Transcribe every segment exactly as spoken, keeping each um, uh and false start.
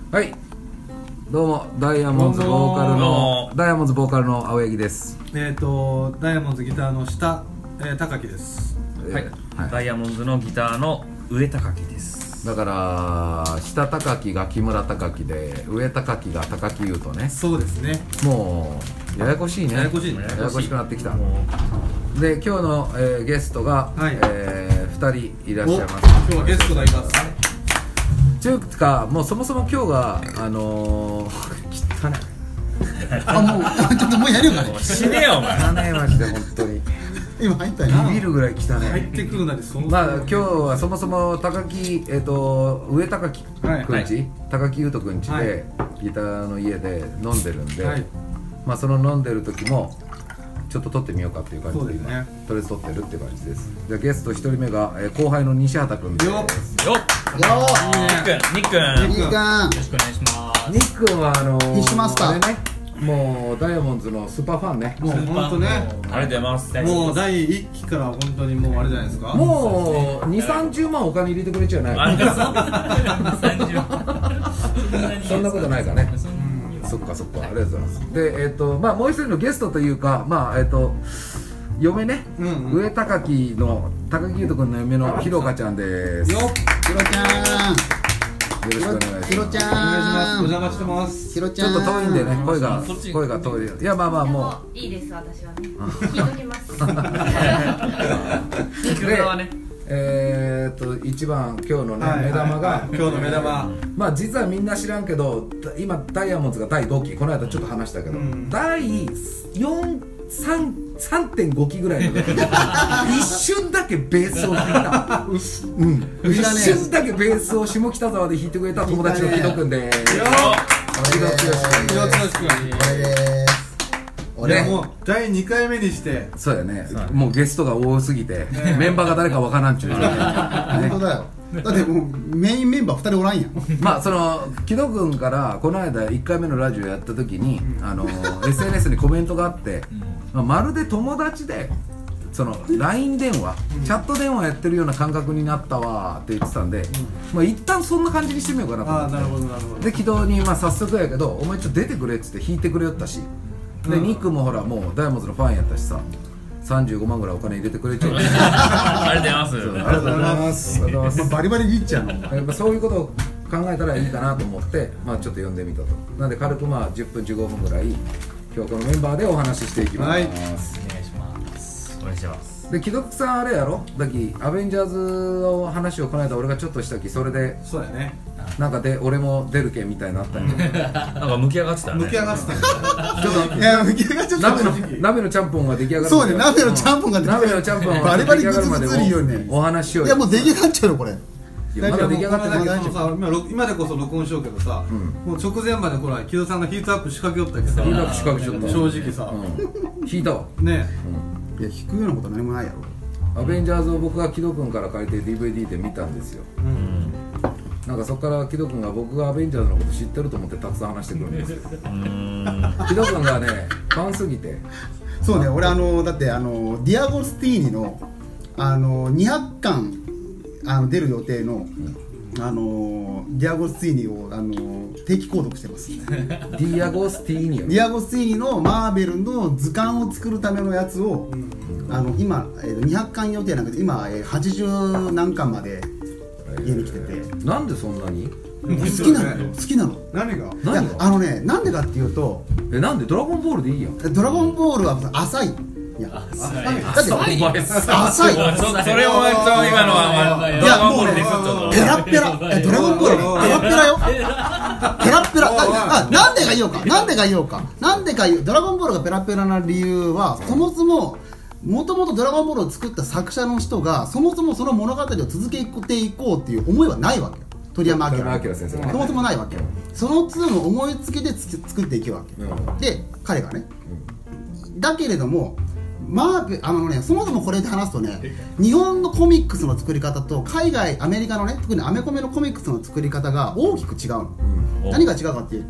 はい、どうもダイヤモンズボーカルのダイヤモンズボーカルの青柳です。 えっ、ー、とダイヤモンズギターの下、えー、高木です。 はい、はい、ダイヤモンズのギターの上高木です。 だから下高木が木村高木で上高木が高木優斗ね。 そうですね。 もうややこしいね。 ややこしいね。 ややこしくなってきた。で今日の、えー、ゲストが、はい、えー、ふたりいらっしゃいます。 今日はゲストがいます。 ちゅうかもうそもそも今日があのー、汚ねあもうちょっともうやるよかね。 死ねよお前。 汚ねマジで本当に。 今入ったよ。 ビビるぐらい汚ね。 入ってくるなりそう。 まあ今日はそもそも高木えっ、ー、と上高木くんち、はいはい、高木優斗くんちで、はい、ギターの家で飲んでるんで、はい、まあその飲んでる時もちょっと撮ってみようかっていう感じで今、ね、とりあえず撮ってるっていう感じです。じゃあゲストひとりめが、えー、後輩の西畑くんです。よっよっニックンニックンニックンよろしくお願いします。 ニックンはあのー、 フィッシュマスターあれね、もうダイヤモンズのスーパーファンね。 もう本当ね。 ありがとうございます。 もうだいいっきから本当にもうあれじゃないですか。 もうに、さんじゅうまんお金入れてくれちゃうない。そんなことないかね。そっかそっか、ありがとうございます。で、えっとまあもう一人のゲストというか、まあえっと嫁ね、上高木の高木優斗くんの嫁のひろかちゃんです。 よっ、ひろちゃん。 よろしくお願いします。 ひろちゃん、 お邪魔してます。 ひろちゃん、 ちょっと遠いんでね、声が声が遠い。いやまあまあもういいです、私はね。聞いときます。 で、えーっと一番今日のね目玉が今日の目玉。 まあ実はみんな知らんけど、今ダイヤモンドがだいごき、この間ちょっと話したけど、だいよん、さん、さんてんごきぐらいの時一瞬だけベースを弾いた。うん。一瞬だけベースを下北沢で弾いてくれた友達の木戸くんでーす。 よっ。 木戸剛くん。 木戸剛くん。 これでーす。 俺もうだいにかいめにして。 そうやね。もうゲストが多すぎてメンバーが誰かわからんちゅう。 本当だよ。だってもうメインメンバーふたりおらんやん。 まあその木戸君からこの間いっかいめのラジオやった時に、うん、あの エスエヌエス にコメントがあって、うん、まあ、まるで友達でその ライン 電話、うん、チャット電話やってるような感覚になったわって言ってたんで、うん、まあ一旦そんな感じにしてみようかなと思って。 あ、なるほどなるほど。 で木戸にまあ早速やけど、お前ちょっと出てくれっつって弾いてくれよったし、で、うん、ニックもほらもうダイヤモンドのファンやったしさ、さんじゅうごまんぐらいお金入れてくれちゃう。 ありがとうございます。 ありがとうございます。ありがとうございます。 バリバリギッチャーの。 やっぱそういうことを考えたらいいかなと思って、まあちょっと呼んでみたと。なんで軽くまあじゅっぷんじゅうごふんぐらい今日このメンバーでお話ししていきます。はい、お願いします。お願いします。 で木戸さんあれやろ、だきアベンジャーズの話をこの間俺がちょっとしたき、それでそうやね。 なんかで俺も出るけみたいになったんや。 なんか向き上がってたね。 向き上がってた。 ちょっといや向き上がっちゃった。 鍋の鍋のちゃんぽんが出来上がる。 そうね、鍋のちゃんぽんが鍋のちゃんぽんバリバリグツグツいいよね。 お話しよう。 いやもう出来上がっちゃうのこれ。 まだ出来上がってないけどさ、今でこそ録音しようけどさ、もう直前までほら木戸さんがヒートアップ仕掛けよったけどさ、 ヒートアップ仕掛けちゃった。 正直さ、 弾いたわ。 ね。 いや弾くようなこと何もないやろ。 アベンジャーズを僕が木戸君から借りて ディーブイディー で見たんですよ。なんかそこから木戸君が僕がアベンジャーズのこと知ってると思ってたくさん話してくるんですよ。木戸君がねファンすぎて。 そうね、俺あのだってあのディアゴスティーニのあのにひゃっかんあの出る予定の、うん、あのディアゴスティーニをあの定期購読してます。 ディアゴスティーニ。 ディアゴスティーニのマーベルの図鑑を作るためのやつを、うん、あの今、えー、にひゃっかん予定なんだけど今、えー、はちじゅうなんかんまで家に来てて。 なんでそんなに好きなのよ、好きなの。 何が？ 何が？あのね、なんでかっていうと、 え、なんでドラゴンボールでいいやん。 ドラゴンボールは浅い。いや、 浅い。 だって浅い。 それを今のはいやもうね、ペラペラ。え、ドラゴンボールペラペラよ。ペラペラ。あ、なんでか言おうか。なんでか言おうか。なんでか言う。ドラゴンボールがペラペラな理由はそもそももともとドラゴンボールを作った作者の人がそもそもその物語を続けていこうっていう思いはないわけよ。鳥山明先生。そもそもないわけよ。その都度の思いつきで作っていくわけ。で、彼がね。だけれども。マーベあのね、そもそもこれで話すとね、日本のコミックスの作り方と海外アメリカのね、特にアメコミのコミックスの作り方が大きく違うの、うん、何が違うかっていうと、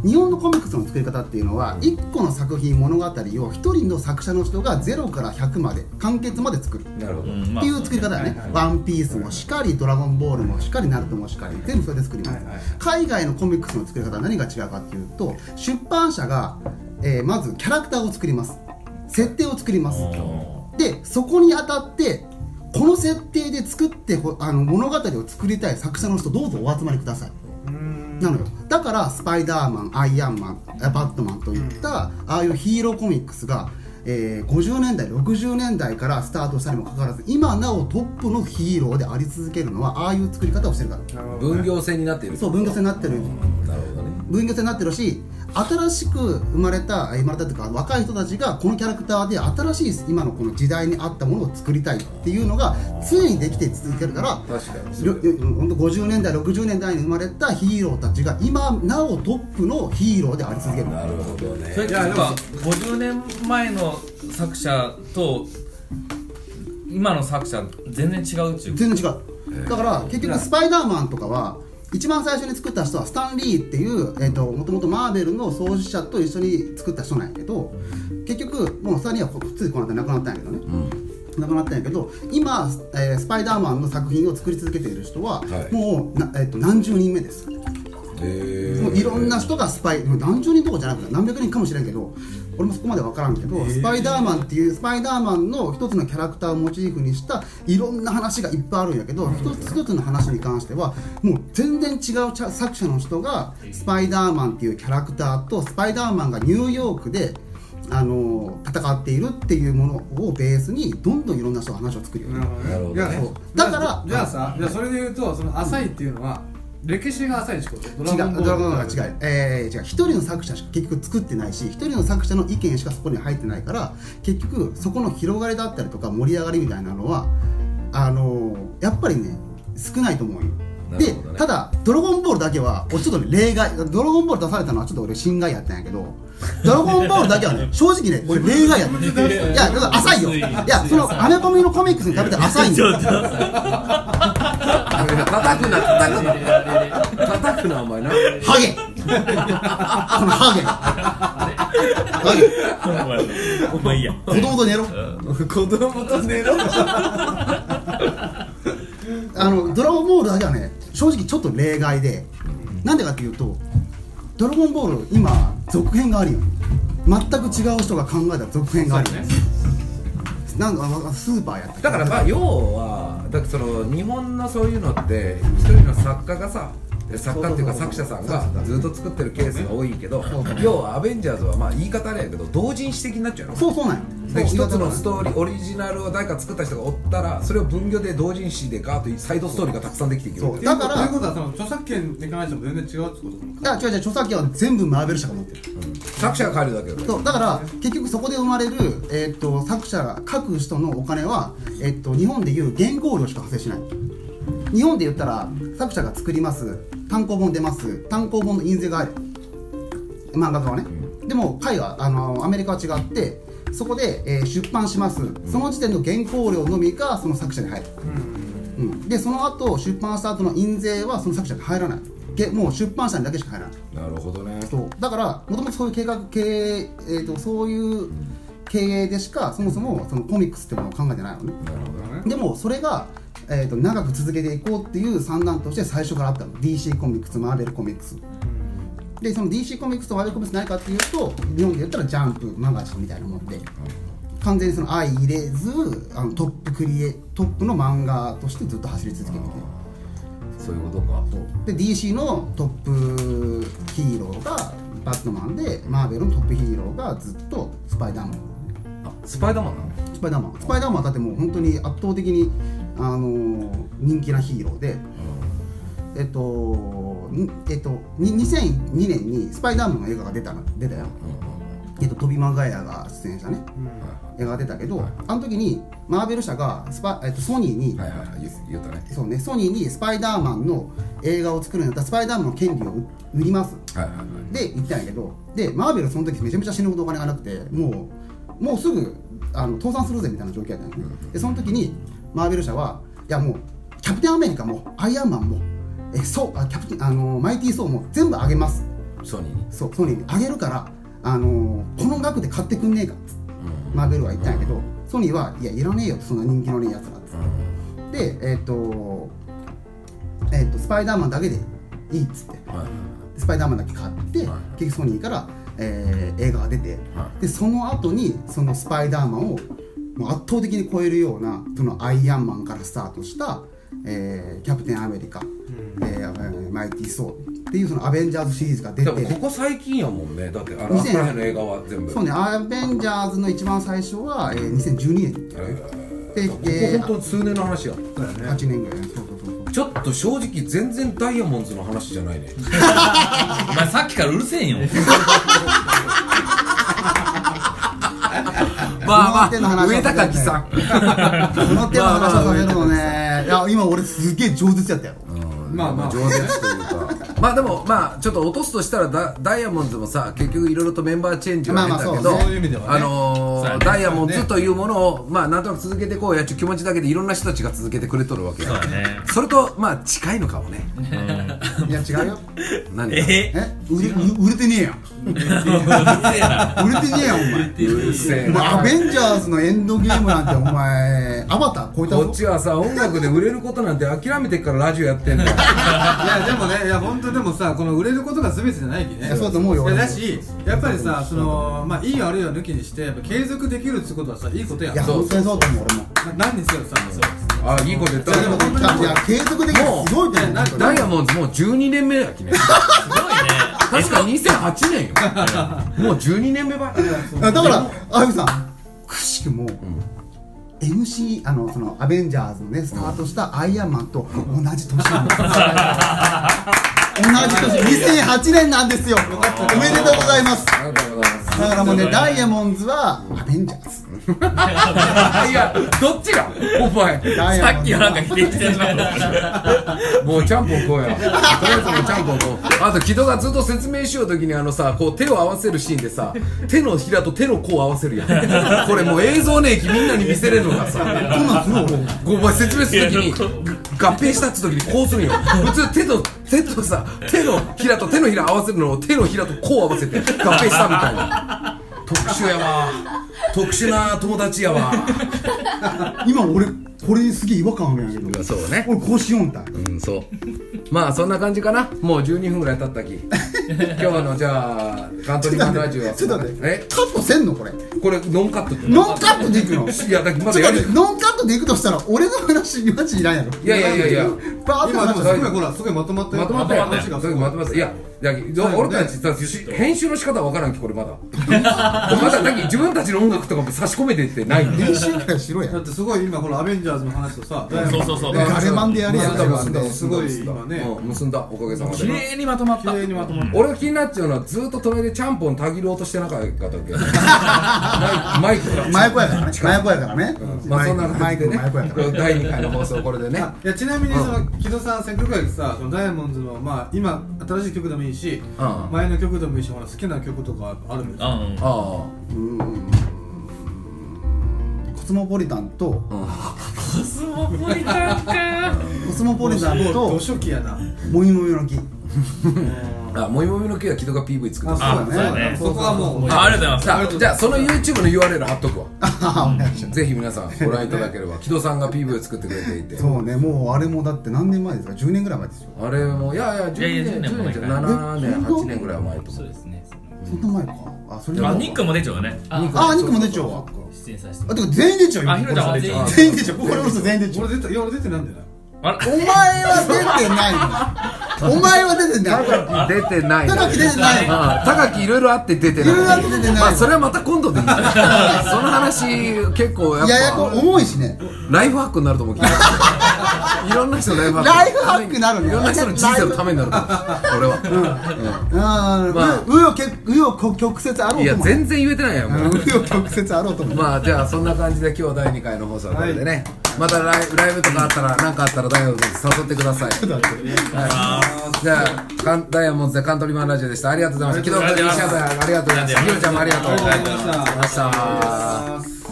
日本のコミックスの作り方っていうのはいっこの作品物語をひとりの作者の人がゼロからひゃくまで完結まで作るなるほどっていう作り方だよね。ワンピースもしかりドラゴンボールもしかりナルトもしかり全部それで作ります。海外のコミックスの作り方は何が違うかっていうと出版社が、えー、まずキャラクターを作ります。設定を作ります。でそこにあたってこの設定で作ってあの物語を作りたい作者の人どうぞお集まりくださいなのよ。だからスパイダーマン、アイアンマン、バットマンといった、うん、ああいうヒーローコミックスが、えー、ごじゅうねんだいろくじゅうねんだいからスタートしたにもかかわらず今なおトップのヒーローであり続けるのはああいう作り方をしてるから。 分業制になっている。 そう分業制になってる。 なるほどね。 分業制になってるし新しく生まれた生まれたというか若い人たちがこのキャラクターで新しい今のこの時代に合ったものを作りたいっていうのが常にできて続けるから確かに本当ごじゅうねんだいろくじゅうねんだいに生まれたヒーローたちが今なおトップのヒーローであり続ける。 なるほどね。 それってやっぱごじゅうねんまえの作者と今の作者全然違うっていう。 全然違う。だから結局スパイダーマンとかは一番最初に作った人はスタンリーっていう、えー、ともともとマーベルの創始者と一緒に作った人なんやけど結局もうスタンリーはついこの間亡くなったんやけどね、うん、亡くなったんやけど今、えー、スパイダーマンの作品を作り続けている人は、はい、もうな、えー、と何十人目です。もういろんな人がスパイ何十人とかじゃなくて何百人かもしれんけど俺もそこまで分からんけどスパイダーマンっていうスパイダーマンの一つのキャラクターをモチーフにしたいろんな話がいっぱいあるんやけど一つ一つの話に関してはもう全然違う作者の人がスパイダーマンっていうキャラクターとスパイダーマンがニューヨークであの戦っているっていうものをベースにどんどんいろんな人が話を作るよね。 なるほどね。 だからじゃあさじゃあそれで言うとその浅いっていうのは歴史が浅いってこと？ 違う、ドラゴンボールが違う、えー、違う、一人の作者しか結局作ってないし一人の作者の意見しかそこに入ってないから結局そこの広がりだったりとか盛り上がりみたいなのはあのー、やっぱりね少ないと思うよ。で、ね、ただドラゴンボールだけは俺ちょっと、ね、例外ドラゴンボール出されたのはちょっと俺心外やったんやけどドラゴンボールだけはね正直ね俺例外やったいやだから浅いよいやそのアメコミのコミックスに食べて浅いんだよ叩くな叩くな叩くなお前なハゲこのハゲハゲお前いいや子供と寝ろ子供と寝ろあのドラゴンボールだけはね正直ちょっと例外でなんでかっていうとドラゴンボール今続編があるよ全く違う人が考えた続編があるよねなんかスーパーやってだからまあ要はだからその日本のそういうのって一人の作家がさ作家っていうか作者さんがずっと作ってるケースが多いけど要はアベンジャーズはまあ言い方あれやけど同人誌的になっちゃうの。 そうそうなんよ。 で一つのストーリーオリジナルを誰か作った人がおったらそれを分業で同人誌でガーッとサイドストーリーがたくさんできていくる。 だからということはその著作権に関しても全然違うってことなのか。 いや違う違う著作権は全部マーベル社が持ってる、 うん、作者が変えるだけだそうだから結局そこで生まれる、えー、っと作者が書く人のお金は、えー、っと日本でいう原稿料しか発生しない。日本で言ったら作者が作ります単行本出ます単行本の印税がある漫画家はね、うん、でも海外あのアメリカは違ってそこで、えー、出版します、うん、その時点の原稿料のみがその作者に入る、うんうん、でその後出版した後の印税はその作者に入らないもう出版社にだけしか入らない。 なるほどね。 そうだからもともとそういう計画経営、えー、とそういう経営でしかそもそもそのコミックスってものを考えてないのね。 なるほどね。 でもそれがえー、と長く続けていこうっていう算段として最初からあったの ディーシー コミックス、マーベルコミックス、うん、でその ディーシー コミックスとマーベルコミックス何かっていうと日本で言ったらジャンプマガジンみたいなもんで、うん、完全にその相入れずあのトップクリエトップの漫画としてずっと走り続けてて、 そういうことか。 そうで ディーシー のトップヒーローがバットマンでマーベルのトップヒーローがずっとスパイダーマン。 あスパイダーマンなの？ スパイダーマンスパイダーマンはだってもう本当に圧倒的にあのー、人気なヒーローで、うん、えっとえっとにせんにねんにスパイダーマンの映画が出た出たよ、うん、えっとトビー・マグワイアが出演したね、うん、映画が出たけど、はい、あの時にマーベル社がスパ、えっと、ソニーに、 はいはいはい、言ったね。 そうね、ソニーにスパイダーマンの映画を作るんだったらスパイダーマンの権利を売ります、はいはいはい、で言ったんやけどでマーベルその時めちゃめちゃ死ぬほどお金がなくてもうもうすぐあの倒産するぜみたいな状況だったよね、うん、でその時にマーベル社はいやもうキャプテンアメリカもアイアンマンもえそうあキャプテンあのマイティーソーも全部あげますソニーにそうソニーにあげるから、あのー、この額で買ってくんねえかっつって、うん、マーベルは言ったんやけど、うん、ソニーはいやいらねえよって、そんな人気のねえやつだっつって、うん、でえっ、ー、とえっ、ー、とスパイダーマンだけでいいっつって、はい、スパイダーマンだけ買って、はい、結局ソニーから、えー、映画が出て、はい、でその後にそのスパイダーマンをもう圧倒的に超えるような、そのアイアンマンからスタートした、えー、キャプテンアメリカ、うん、えー、マイティー・ソーっていうそのアベンジャーズシリーズが出て、 でもここ最近やもんね。だってあのあこら辺の映画は全部そうね、アベンジャーズの一番最初は、えー、にせんじゅうにねん、えー、で、 ここ本当数年の話や、 ね、はちねんぐらい。そうそうそう、 ちょっと正直全然ダイヤモンドの話じゃないね。 お前さっきからうるせえんよ。 まあまあ、上高木さん。 この手の話をさせるのね、いや今俺すげえ饒舌やったよ。 まあまあ饒舌というか、まあでもまあちょっと落とすとしたらダダイヤモンドもさ、結局いろいろとメンバーチェンジは出たけど、あのダイヤモンドというものをまあなんとなく続けていこうやっちゅう気持ちだけでいろんな人たちが続けてくれとるわけや。それとまあ近いのかもね。 いや違うよ。 何？ え？売れ売れてねえやん。売れてねえやんお前。うるせえな。アベンジャーズのエンドゲームなんてお前アバター超えたぞ。 こっちはさ音楽で売れることなんて諦めてからラジオやってんだよ。 いやでもね、いや本当でもさ、この売れることが全てじゃないきね。 そうと思うよ。 だし、やっぱりさ、そのまあいい悪いは抜きにして、やっぱ継続できるってことはさ、いいことやん。 いや本当にそうと思う俺も。 何にせよさ、 あいいこと言った。 いや継続できるすごいね。 ダイヤモンドもうじゅうにねんめやきね。すごいね。確かにせんはちねんよ。もうじゅうにねんめば。 だからあゆさんくしくも。エムシー あのそのアベンジャーズのねスタートしたアイアンマンと同じ年なんです。同じ年にせんはちねんなんですよ。おめでとうございます。だからもうねダイヤモンドはアベンジャーズ。 いやどっちがお前さっきはなんか否定してしまった。 もうちゃんぽんこうや。とりあえずもうちゃんぽんこう。あと木戸がずっと説明しようときにあのさこう手を合わせるシーンでさ手のひらと手の甲を合わせるやん。これもう映像ねみんなに見せれるのがさ。お前説明するときに合併したって時にこうするんよ。普通手と手とさ手のひらと手のひら合わせるのを手のひらと甲を合わせて合併したみたいな。特殊やわ。特殊な友達やわ。 今俺これすげえ違和感あるんやけど。 そうね。 俺こうしようんだ。 うんそう。まあそんな感じかな。もうじゅうにふんぐらい経ったき。今日のじゃあカントリーマンラジオはちょっと待ってえカットせんのこれ。 これノンカットって。 ノンカットでいくの。 いやだからまだやる。 ノンカットでいくとしたら俺の話マジいらんやろ。 いやいやいやいや。 今でもすごいほらすごいまとまったよ。 まとまったよ。まとまった。いや。いや俺たちさ編集の仕方わからんきこれまだ。まだだけ自分たちの音楽とかも差し込めてってない。 編集からしろや。 だってすごい今ほらアベンジャーズの話とさ。 そうそうそう。 ガレマンでやるやん。 すごい今ね。 結んだおかげさまで。 綺麗にまとまった。 綺麗にまとまった。 俺が気になっちゃうのはずっと隣でちゃんぽんたぎろうとしてなかったっけ。マイクが。 マイクやからね。マイクやからね。 まあそんな感じでね。 マイクやから。 だいにかいの放送これでね。 いやちなみにその木戸さんせっかくやけどさ、そのダイヤモンドのまあ今新しい曲でもいいし。前の曲でもいいし、ほら好きな曲とかあるんですよ。ああ、 うん。コスモポリタンと。 コスモポリタンか。 コスモポリタンと。 ド初期やな。 もみもみの木。 あ、もみもみの木は木戸が ピーブイ 作ってた。そうだね。そこはもう。 ありがとうございます。 じゃあその YouTube の ユーアールエル 貼っとくわ。ぜひ皆さんご覧いただければ木戸さんが ピーブイ を作ってくれていて。 そうね、もうあれもだって何年前ですか。じゅうねんぐらい前ですよ。 あれもいやいやじゅうねんじゃななねんはちねんぐらい前と。 そうですね。 そんな前か。あ、それあ、ニックも出ちゃうね。 あ、ニックも出ちゃうわ。 出演させて。 あ、てか全員出ちゃうよ。 あ、ひろちゃんも出ちゃう。 全員出ちゃう。これ俺全員出ちゃう。 俺出た、いや俺出てないんだよな。 お前は出てないの。お前は出てない。 高木出てない。 高木出てない。 高木いろいろあって出てない。 いろいろあって出てない。 まあそれはまた今度でいい。その話結構やっぱ。 いやいや重いしね。 ライフハックになると思う。いろんな人のライフハック。 ライフハックになるの。 いろんな人の人生のためになると思う。俺は。 うん。うよけうよ曲折あろうと思う。 いや全然言えてないやん。 うよ曲折あろうと思う。 まあじゃあそんな感じで今日だいにかいの放送はこれでね。またライブとかあったら何かあったらダイヤモンド誘ってください。じゃあダイヤモンドでカントリーマンラジオでした。ありがとうございました。木戸君、西畑ありがとうございました。ひろちゃんもありがとうございました。